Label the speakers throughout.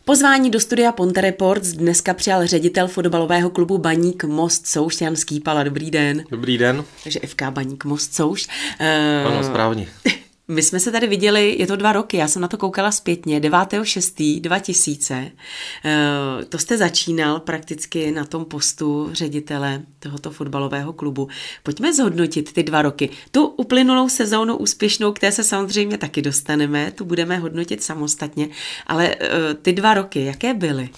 Speaker 1: Pozvání do studia Ponte Reports dneska přijal ředitel fotbalového klubu Baník Most Souš Jan Skýpala. Dobrý den.
Speaker 2: Dobrý den.
Speaker 1: Takže FK Baník Most Souš.
Speaker 2: Ano, správně.
Speaker 1: My jsme se tady viděli, je to 2 roky, já jsem na to koukala zpětně, 9.6.2000. To jste začínal prakticky na tom postu ředitele tohoto fotbalového klubu. Pojďme zhodnotit ty 2 roky. Tu uplynulou sezónu úspěšnou, které se samozřejmě taky dostaneme, tu budeme hodnotit samostatně, ale ty 2 roky, jaké byly?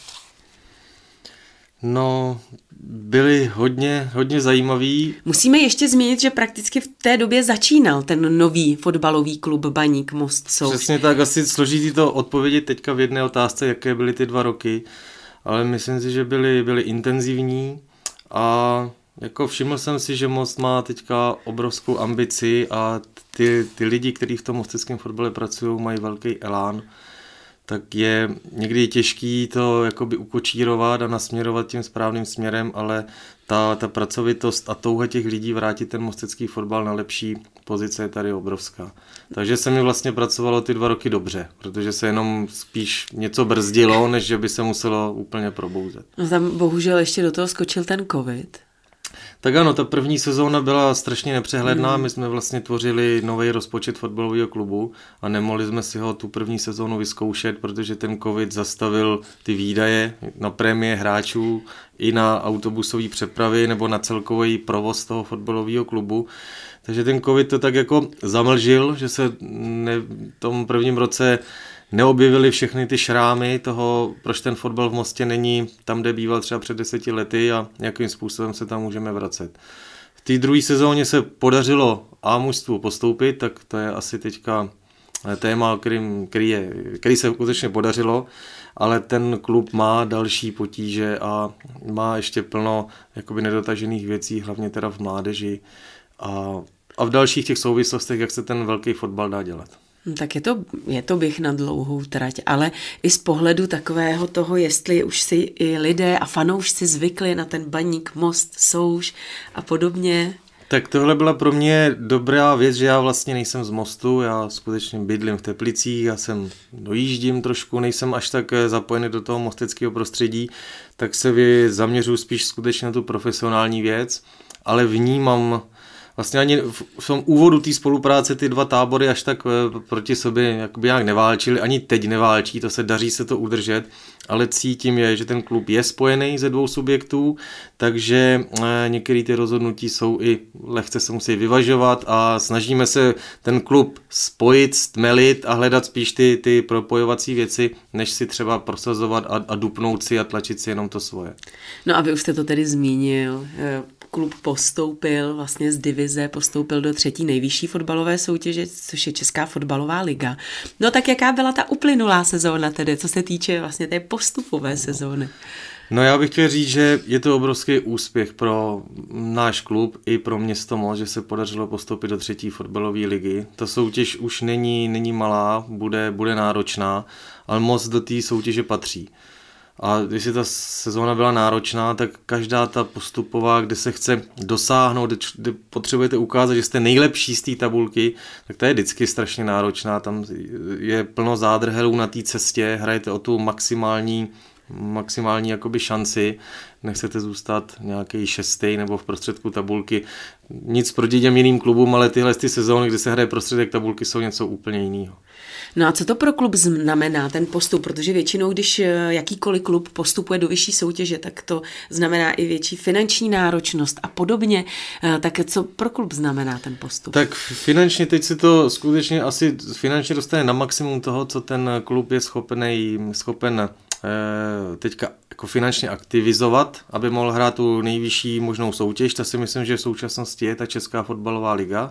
Speaker 2: No, byly hodně zajímavý.
Speaker 1: Musíme ještě zmínit, že prakticky v té době začínal ten nový fotbalový klub Baník Most Souš.
Speaker 2: Přesně tak, asi složitý to odpovědět teďka v jedné otázce, jaké byly ty 2 roky, ale myslím si, že byly intenzivní a jako všiml jsem si, že Most má teďka obrovskou ambici a ty lidi, kteří v tom mosteckém fotbale pracují, mají velký elán. Tak je někdy těžký to jakoby ukočírovat a nasměrovat tím správným směrem, ale ta pracovitost a touha těch lidí vrátit ten mostecký fotbal na lepší pozice je tady obrovská. Takže se mi vlastně pracovalo ty 2 roky dobře, protože se jenom spíš něco brzdilo, než že by se muselo úplně probouzet.
Speaker 1: No tam bohužel ještě do toho skočil ten covid.
Speaker 2: Tak ano, ta první sezóna byla strašně nepřehledná, my jsme vlastně tvořili nový rozpočet fotbalového klubu a nemohli jsme si ho tu první sezónu vyzkoušet, protože ten covid zastavil ty výdaje na prémie hráčů i na autobusové přepravy nebo na celkový provoz toho fotbalového klubu. Takže ten covid to tak jako zamlžil, že se v tom prvním roce neobjevily všechny ty šrámy toho, proč ten fotbal v Mostě není tam, kde býval třeba před 10 lety a jakým způsobem se tam můžeme vracet. V té druhé sezóně se podařilo A-mužstvu postoupit, tak to je asi teďka téma, který se skutečně podařilo, ale ten klub má další potíže a má ještě plno jakoby nedotažených věcí, hlavně teda v mládeži a v dalších těch souvislostech, jak se ten velký fotbal dá dělat.
Speaker 1: Tak je to běh na dlouhou trať, ale i z pohledu takového toho, jestli už si i lidé a fanoušci zvykli na ten Baník Most Souš a podobně.
Speaker 2: Tak tohle byla pro mě dobrá věc, že já vlastně nejsem z Mostu, já skutečně bydlím v Teplicích, já jsem dojíždím trošku, nejsem až tak zapojený do toho mosteckého prostředí, tak se zaměřuji spíš skutečně na tu profesionální věc, ale vnímám vlastně ani v tom úvodu té spolupráce ty 2 tábory až tak proti sobě jakoby nějak neválčili, ani teď neválčí, daří se to udržet, ale cítím že ten klub je spojený ze 2 subjektů, takže některé ty rozhodnutí jsou i lehce se musí vyvažovat a snažíme se ten klub spojit, stmelit a hledat spíš ty propojovací věci, než si třeba prosazovat a dupnout si a tlačit si jenom to svoje.
Speaker 1: No a vy už jste to tedy zmínil, klub postoupil vlastně z divize, postoupil do 3. nejvyšší fotbalové soutěže, což je Česká fotbalová liga. No tak jaká byla ta uplynulá sezóna tedy, co se týče vlastně té postupové sezóny?
Speaker 2: No já bych chtěl říct, že je to obrovský úspěch pro náš klub i pro město Most, že se podařilo postoupit do 3. fotbalové ligy. Ta soutěž už není malá, bude náročná, ale Most do té soutěže patří. A když ta sezóna byla náročná, tak každá ta postupová, kde se chce dosáhnout, kde potřebujete ukázat, že jste nejlepší z té tabulky, tak ta je vždycky strašně náročná. Tam je plno zádrhelů na té cestě, hrajete o tu maximální jakoby šanci, nechcete zůstat nějaký 6. nebo v prostředku tabulky. Nic proti těm jiným klubům, ale tyhle sezóny, kde se hraje prostředek tabulky, jsou něco úplně jiného.
Speaker 1: No a co to pro klub znamená, ten postup? Protože většinou, když jakýkoliv klub postupuje do vyšší soutěže, tak to znamená i větší finanční náročnost a podobně. Tak co pro klub znamená ten postup?
Speaker 2: Tak finančně teď si to skutečně asi finančně dostane na maximum toho, co ten klub je schopen teďka jako finančně aktivizovat, aby mohl hrát tu nejvyšší možnou soutěž. To si myslím, že v současnosti je ta Česká fotbalová liga.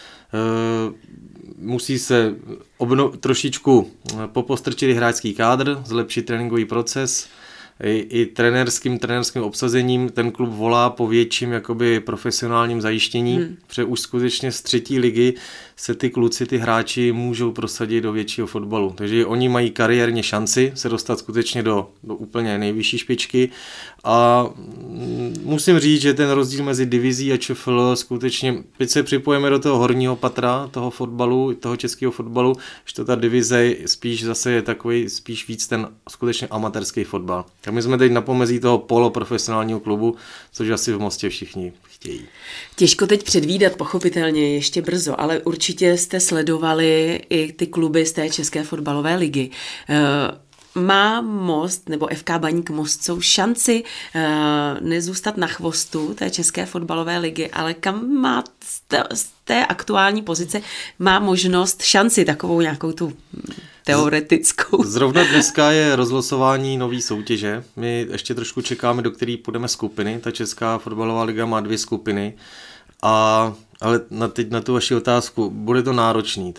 Speaker 2: Musí se trošičku popostrčit hráčský kádr, zlepšit tréninkový proces, i trenérským obsazením ten klub volá po větším jakoby profesionálním zajištění, protože už skutečně z 3. ligy se ty kluci, ty hráči můžou prosadit do většího fotbalu. Takže oni mají kariérně šanci se dostat skutečně do úplně nejvyšší špičky a musím říct, že ten rozdíl mezi divizí a ČFL skutečně, teď se připojeme do toho horního patra toho fotbalu, toho českého fotbalu, že to ta divize spíš zase je takový spíš víc ten skutečně amatérský fotbal. Tak my jsme teď na pomezí toho poloprofesionálního klubu, což asi v Mostě všichni chtějí.
Speaker 1: Těžko teď předvídat, pochopitelně ještě brzo, ale určitě jste sledovali i ty kluby z té české fotbalové ligy. Má Most nebo FK Baník Most šanci nezůstat na chvostu té české fotbalové ligy, ale kam má z té aktuální pozice má možnost šanci takovou nějakou tu teoretickou.
Speaker 2: Zrovna dneska je rozlosování nový soutěže. My ještě trošku čekáme, do který půjdeme skupiny. Ta česká fotbalová liga má 2 skupiny. Ale teď na tu vaši otázku, bude to náročný,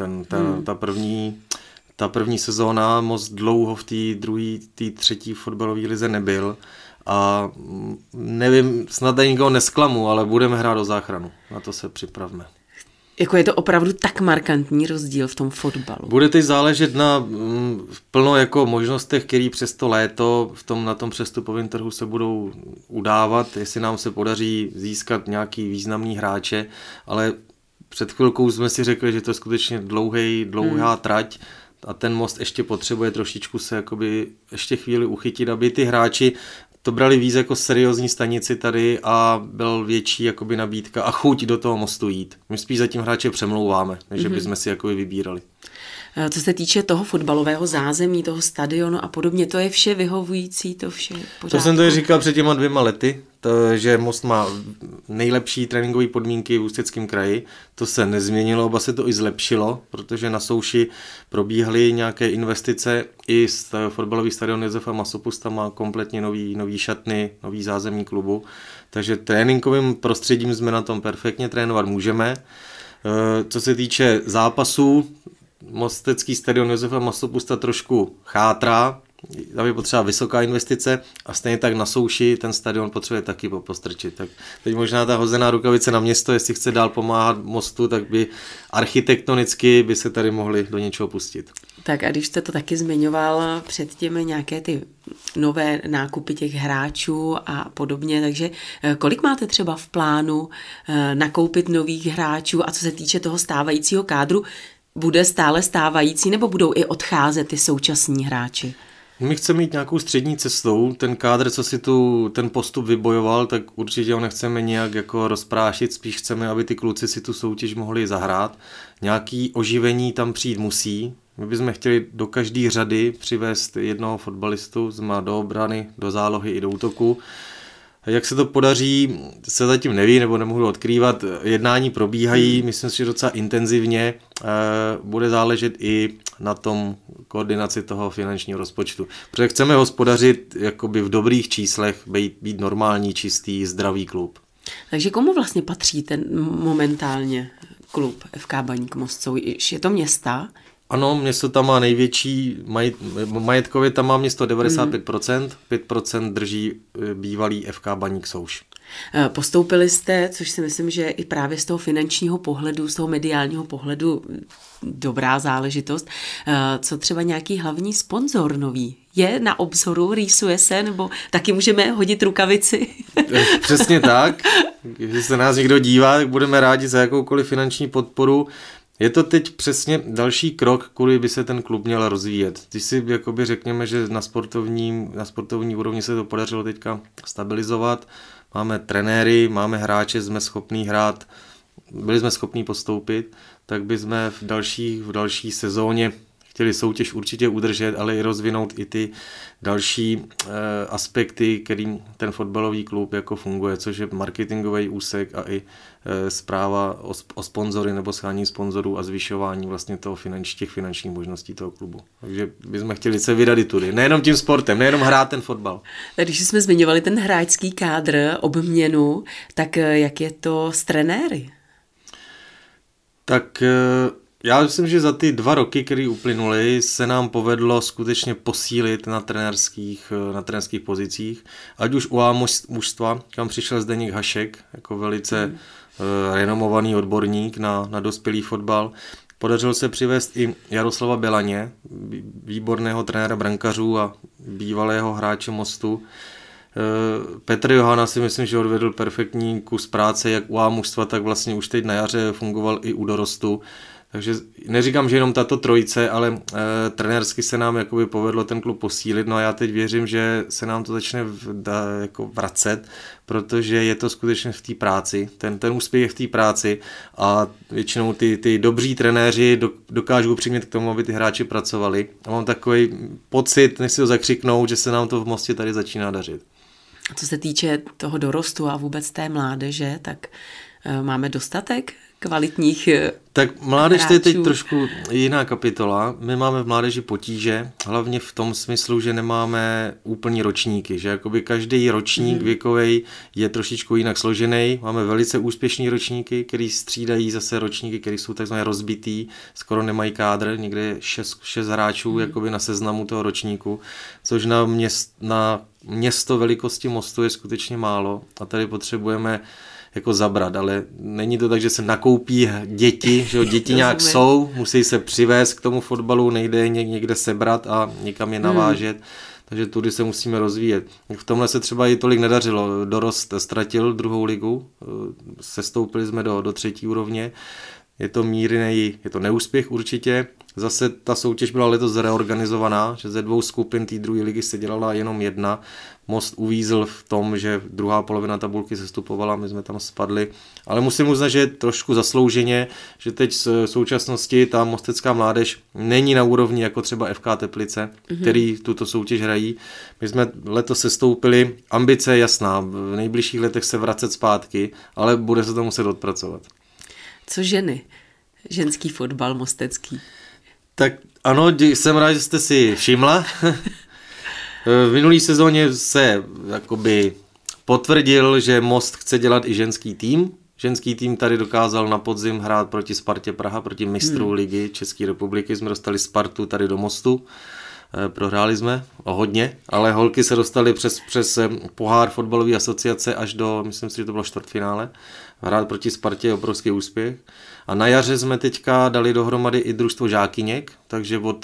Speaker 2: ta první sezóna. Most dlouho v té 3. fotbalové lize nebyl a nevím, snad nikoho nesklamu, ale budeme hrát o záchranu. Na to se připravme.
Speaker 1: Jako je to opravdu tak markantní rozdíl v tom fotbalu.
Speaker 2: Bude teď záležet na plno jako možnostech, které přes to léto na tom přestupovém trhu se budou udávat, jestli nám se podaří získat nějaký významný hráče, ale před chvilkou jsme si řekli, že to je skutečně dlouhá trať a ten Most ještě potřebuje trošičku se jakoby ještě chvíli uchytit, aby ty hráči to brali víc jako seriózní stanici tady a byl větší jakoby nabídka a chuť do toho Mostu jít. My spíš zatím hráče přemlouváme, než bychom si jakoby vybírali.
Speaker 1: Co se týče toho fotbalového zázemí, toho stadionu a podobně, to je vše vyhovující, to vše pořádku.
Speaker 2: To jsem tady říkal před těma 2 lety, že Most má nejlepší tréninkové podmínky v Ústeckém kraji. To se nezměnilo, oba se to i zlepšilo, protože na souši probíhaly nějaké investice. I fotbalový stadion Josefa Masopusta má kompletně nový šatny, nový zázemí klubu. Takže tréninkovým prostředím jsme na tom perfektně, trénovat můžeme. Co se týče zápasů, Mostecký stadion Josefa Masopusta trošku chátrá, tam je potřeba vysoká investice a stejně tak na souši ten stadion potřebuje taky postrčit. Tak teď možná ta hozená rukavice na město, jestli chce dál pomáhat Mostu, tak by architektonicky by se tady mohli do něčeho pustit.
Speaker 1: Tak a když jste to taky zmiňoval předtím nějaké ty nové nákupy těch hráčů a podobně, takže kolik máte třeba v plánu nakoupit nových hráčů a co se týče toho stávajícího kádru, bude stále stávající nebo budou i odcházet ty současní hráči?
Speaker 2: My chceme jít nějakou střední cestou, ten kádr, co si ten postup vybojoval, tak určitě ho nechceme nějak jako rozprášit, spíš chceme, aby ty kluci si tu soutěž mohli zahrát. Nějaký oživení tam přijít musí. My bychom chtěli do každé řady přivést jednoho fotbalistu, do obrany, do zálohy i do útoku. Jak se to podaří, se zatím neví, nebo nemohu odkrývat. Jednání probíhají, myslím si, že docela intenzivně. Bude záležet i na tom koordinaci toho finančního rozpočtu. Protože chceme hospodařit jakoby v dobrých číslech, být normální, čistý, zdravý klub.
Speaker 1: Takže komu vlastně patří ten momentálně klub FK Baník Most? Je to města?
Speaker 2: Ano, město tam má největší, majetkově tam má město 95%, 5% drží bývalý FK Baník Souš.
Speaker 1: Postoupili jste, což si myslím, že i právě z toho finančního pohledu, z toho mediálního pohledu dobrá záležitost. Co třeba nějaký hlavní sponzor nový? Je na obzoru, rýsuje se, nebo taky můžeme hodit rukavici?
Speaker 2: Přesně tak. Když se nás někdo dívá, tak budeme rádi za jakoukoliv finanční podporu. Je to teď přesně další krok, kudy by se ten klub měl rozvíjet. Když si jakoby řekněme, že na sportovní úrovni se to podařilo teďka stabilizovat, máme trenéry, máme hráče, jsme schopní hrát, byli jsme schopní postoupit, tak bychom v další sezóně chtěli soutěž určitě udržet, ale i rozvinout i ty další aspekty, kterým ten fotbalový klub jako funguje, což je marketingový úsek a i zpráva o sponzory nebo shání sponzorů a zvyšování vlastně těch finančních možností toho klubu. Takže bychom chtěli se vydat i tudy. Nejenom tím sportem, nejenom hrát ten fotbal.
Speaker 1: Když jsme zmiňovali ten hráčský kádr, obměnu, tak jak je to s trenéry?
Speaker 2: Tak Já myslím, že za ty 2 roky, které uplynuly, se nám povedlo skutečně posílit na trenérských pozicích. Ať už u A mužstva, kam přišel Zdeněk Hašek, jako velice renomovaný odborník na dospělý fotbal. Podařilo se přivést i Jaroslava Belaně, výborného trenéra brankařů a bývalého hráče Mostu. Petr Johana si myslím, že odvedl perfektní kus práce jak u A mužstva, tak vlastně už teď na jaře fungoval i u dorostu. Takže neříkám, že jenom tato trojice, ale trenérsky se nám jakoby povedlo ten klub posílit. No a já teď věřím, že se nám to začne jako vracet, protože je to skutečně v té práci. Ten úspěch je v té práci a většinou ty dobří trenéři dokážou přimět k tomu, aby ty hráči pracovali. A mám takový pocit, než si ho zakřiknout, že se nám to v Mostě tady začíná dařit.
Speaker 1: Co se týče toho dorostu a vůbec té mládeže, tak máme dostatek kvalitních
Speaker 2: Tak mládež
Speaker 1: hráčů.
Speaker 2: To je teď trošku jiná kapitola. My máme v mládeži potíže, hlavně v tom smyslu, že nemáme úplní ročníky, že jakoby každý ročník věkovej je trošičku jinak složený. Máme velice úspěšní ročníky, který střídají zase ročníky, které jsou takzvaně rozbitý, skoro nemají kádr, někde je 6 hráčů jakoby na seznamu toho ročníku, což na město velikosti Mostu je skutečně málo a tady potřebujeme jako zabrat, ale není to tak, že se nakoupí děti, že děti nějak jsou, musí se přivést k tomu fotbalu, nejde je někde sebrat a někam je navážet, takže tudy se musíme rozvíjet. V tomhle se třeba i tolik nedařilo, dorost ztratil 2. ligu, sestoupili jsme do 3. úrovně, je to neúspěch určitě. Zase ta soutěž byla letos reorganizovaná, že ze 2 skupin té 2. ligy se dělala jenom 1. Most uvízl v tom, že druhá polovina tabulky sestupovala, my jsme tam spadli. Ale musím uznat, že je trošku zaslouženě, že teď v současnosti ta mostecká mládež není na úrovni jako třeba FK Teplice, který tuto soutěž hrají. My jsme letos sestoupili, ambice je jasná, v nejbližších letech se vracet zpátky, ale bude se to muset odpracovat.
Speaker 1: Co ženy? Ženský fotbal mostecký.
Speaker 2: Tak ano, jsem rád, že jste si všimla. V minulý sezóně se jakoby potvrdil, že Most chce dělat i ženský tým. Ženský tým tady dokázal na podzim hrát proti Spartě Praha, proti mistrů ligy České republiky. Jsme dostali Spartu tady do Mostu. Prohráli jsme o hodně, ale holky se dostaly přes pohár fotbalové asociace až do, myslím si, že to bylo čtvrtfinále. Hrát proti Spartě je obrovský úspěch. A na jaře jsme teďka dali dohromady i družstvo žákyněk, takže od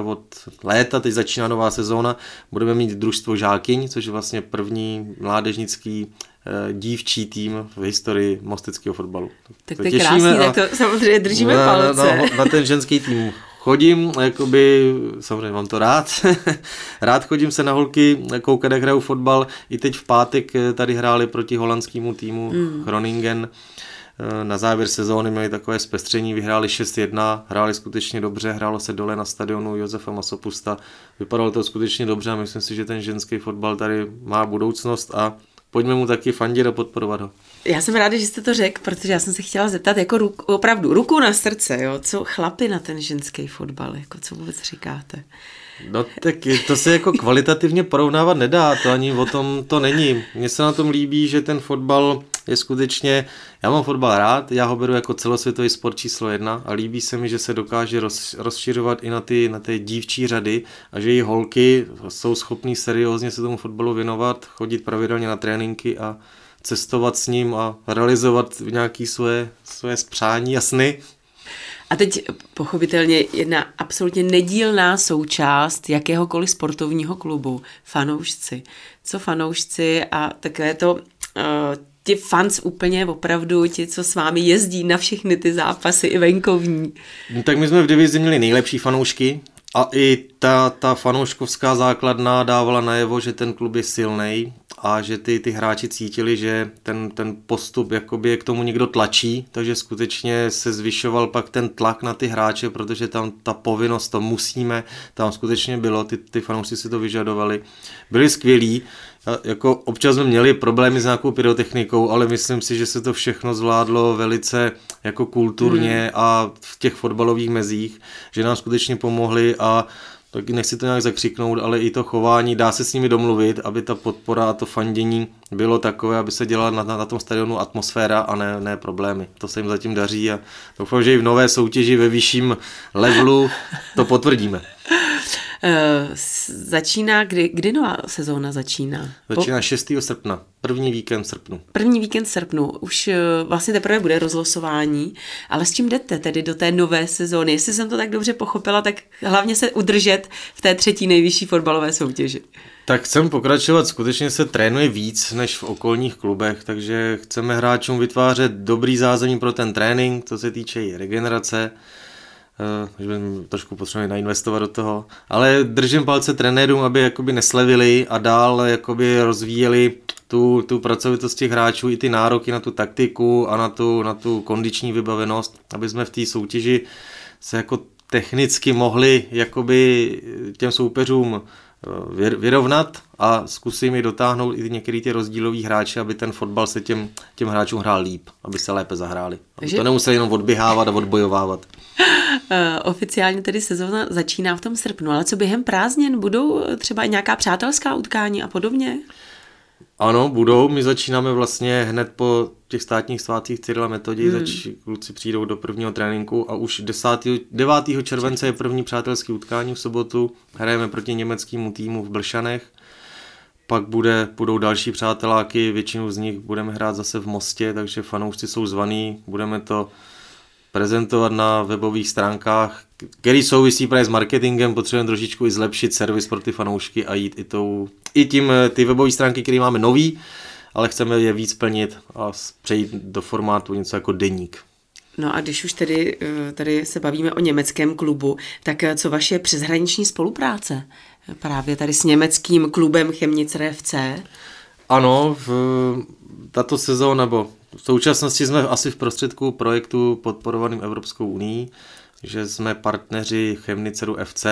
Speaker 2: léta, teď začíná nová sezóna, budeme mít družstvo žákyň, což je vlastně první mládežnický dívčí tým v historii mosteckého fotbalu.
Speaker 1: Tak to je krásný, tak to samozřejmě držíme palce.
Speaker 2: Na ten ženský tým chodím, jakoby, samozřejmě mám to rád, rád chodím se na holky koukat, jak hrajou fotbal, i teď v pátek tady hráli proti holandskému týmu Groningen, na závěr sezóny měli takové zpestření, vyhráli 6-1, hráli skutečně dobře, hrálo se dole na stadionu Josefa Masopusta, vypadalo to skutečně dobře a myslím si, že ten ženský fotbal tady má budoucnost a pojďme mu taky fandit a podporovat ho.
Speaker 1: Já jsem ráda, že jste to řekl, protože já jsem se chtěla zeptat jako opravdu ruku na srdce, jo, co chlapi na ten ženský fotbal, jako co vůbec říkáte?
Speaker 2: No tak to se jako kvalitativně porovnávat nedá, to ani o tom to není. Mně se na tom líbí, že ten fotbal je skutečně, já mám fotbal rád, já ho beru jako celosvětový sport číslo 1 a líbí se mi, že se dokáže rozšiřovat i na ty dívčí řady a že i holky jsou schopný seriózně se tomu fotbalu věnovat, chodit pravidelně na tréninky a cestovat s ním a realizovat nějaké svoje přání a sny.
Speaker 1: A teď pochopitelně jedna absolutně nedílná součást jakéhokoliv sportovního klubu, fanoušci. Co fanoušci a takové to ti fans úplně opravdu, ti, co s vámi jezdí na všechny ty zápasy i venkovní.
Speaker 2: Tak my jsme v divizi měli nejlepší fanoušky a i ta fanouškovská základna dávala najevo, že ten klub je silnej a že ty hráči cítili, že ten postup jakoby je k tomu někdo tlačí, takže skutečně se zvyšoval pak ten tlak na ty hráče, protože tam ta povinnost, to musíme, tam skutečně bylo, ty fanoušci si to vyžadovali. Byli skvělí, jako občas jsme měli problémy s nějakou pyrotechnikou, ale myslím si, že se to všechno zvládlo velice jako kulturně a v těch fotbalových mezích, že nám skutečně pomohli a tak nechci to nějak zakřiknout, ale i to chování, dá se s nimi domluvit, aby ta podpora a to fandění bylo takové, aby se dělala na tom stadionu atmosféra a ne problémy. To se jim zatím daří a doufám, že i v nové soutěži ve vyšším levelu to potvrdíme.
Speaker 1: Začíná, kdy nová sezóna začíná?
Speaker 2: Začíná 6. srpna, první víkend v srpnu.
Speaker 1: První víkend v srpnu, už vlastně teprve bude rozlosování, ale s čím jdete tedy do té nové sezóny? Jestli jsem to tak dobře pochopila, tak hlavně se udržet v té 3. nejvyšší fotbalové soutěži.
Speaker 2: Tak chcem pokračovat, skutečně se trénuje víc než v okolních klubech, takže chceme hráčům vytvářet dobrý zázemí pro ten trénink, co se týče i regenerace. že trošku potřebujeme nainvestovat do toho, ale držím palce trenérům, aby jakoby neslevili a dál jakoby rozvíjeli tu pracovitost těch hráčů, i ty nároky na tu taktiku a na tu kondiční vybavenost, aby jsme v té soutěži se jako technicky mohli jakoby těm soupeřům vyrovnat a zkusím i dotáhnout i některý ty rozdílový hráče, aby ten fotbal se těm hráčům hrál líp, aby se lépe zahráli. Aby to nemuseli jenom odběhávat a odbojovávat.
Speaker 1: Oficiálně tedy sezóna začíná v tom srpnu, ale co během prázdnin budou třeba i nějaká přátelská utkání a podobně?
Speaker 2: Ano, budou. My začínáme vlastně hned po těch státních svátcích Cyrila Metodii, kluci přijdou do prvního tréninku a už 9. července je první přátelský utkání v sobotu. Hrajeme proti německému týmu v Blšanech. Pak budou další přáteláky, většinu z nich budeme hrát zase v Mostě, takže fanoušci jsou zvaní, budeme to prezentovat na webových stránkách, který souvisí právě s marketingem, potřebujeme trošičku i zlepšit servis pro ty fanoušky a jít ty webové stránky, které máme nový, ale chceme je víc plnit a přejít do formátu něco jako deník.
Speaker 1: No a když už tady se bavíme o německém klubu, tak co vaše přeshraniční spolupráce právě tady s německým klubem Chemnitzer FC?
Speaker 2: Ano, tato sezóna, nebo v současnosti jsme asi v prostředku projektu podporovaným Evropskou unií, že jsme partneři Chemnitzeru FC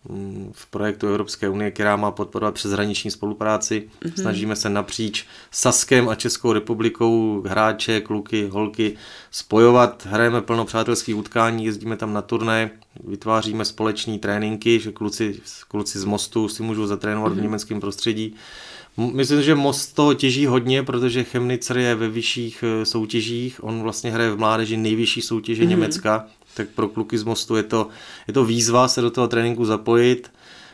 Speaker 2: v projektu Evropské unie, která má podporovat přeshraniční spolupráci. Snažíme se napříč Saskem a Českou republikou hráče, kluky, holky spojovat. Hrajeme plno přátelských utkání, jezdíme tam na turné, vytváříme společné tréninky, že kluci z Mostu si můžou zatrénovat v německém prostředí. Myslím, že Most toho těží hodně, protože Chemnitzer je ve vyšších soutěžích, on vlastně hraje v mládeži nejvyšší soutěže Německa, tak pro kluky z Mostu je to výzva se do toho tréninku zapojit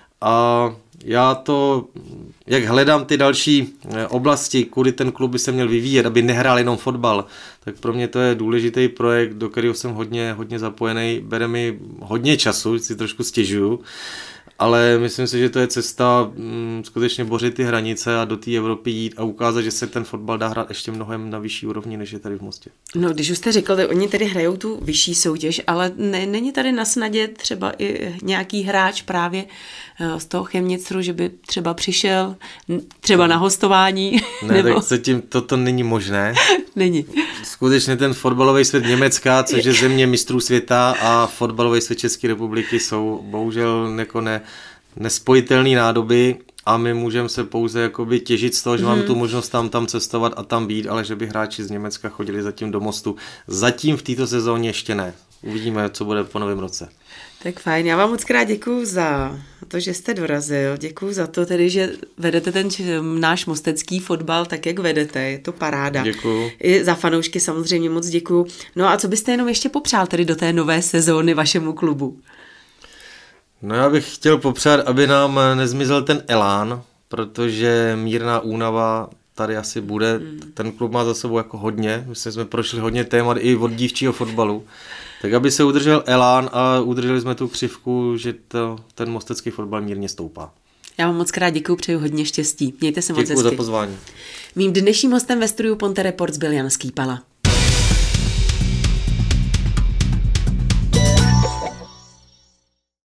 Speaker 2: a já to, jak hledám ty další oblasti, kudy ten klub by se měl vyvíjet, aby nehrál jenom fotbal, tak pro mě to je důležitý projekt, do kterého jsem hodně zapojený, bere mi hodně času, si trošku stěžuju, ale myslím si, že to je cesta skutečně bořit ty hranice a do té Evropy jít a ukázat, že se ten fotbal dá hrát ještě mnohem na vyšší úrovni, než je tady v Mostě.
Speaker 1: No, když už jste říkal, že oni tedy hrajou tu vyšší soutěž, ale není tady na snadě třeba i nějaký hráč právě z toho Chemnitzeru, že by třeba přišel třeba na hostování?
Speaker 2: Ne, tak zatím toto není možné.
Speaker 1: Není.
Speaker 2: Skutečně ten fotbalový svět Německa, což je země mistrů světa, a fotbalový svět České republiky jsou bohužel nespojitelné nádoby a my můžeme se pouze jakoby těžit z toho, že máme tu možnost tam cestovat a tam být, ale že by hráči z Německa chodili zatím do Mostu. Zatím v této sezóně ještě ne. Uvidíme, co bude po novém roce.
Speaker 1: Tak fajn, já vám moc krát děkuju za to, že jste dorazil, děkuju za to tedy, že vedete ten náš mostecký fotbal tak, jak vedete, je to paráda.
Speaker 2: Děkuju.
Speaker 1: I za fanoušky samozřejmě moc děkuju. No a co byste jenom ještě popřál tedy do té nové sezóny vašemu klubu?
Speaker 2: No já bych chtěl popřát, aby nám nezmizel ten elán, protože mírná únava tady asi bude. Ten klub má za sebou jako hodně, myslím, jsme prošli hodně témat i od dívčího fotbalu. Tak aby se udržel elán a udrželi jsme tu křivku, že ten mostecký fotbal mírně stoupá.
Speaker 1: Já vám moc krát děkuju, přeju hodně štěstí. Mějte se moc hezky.
Speaker 2: Děkuju za pozvání.
Speaker 1: Mým dnešním hostem ve studiu Ponte Reports byl Jan Skýpala.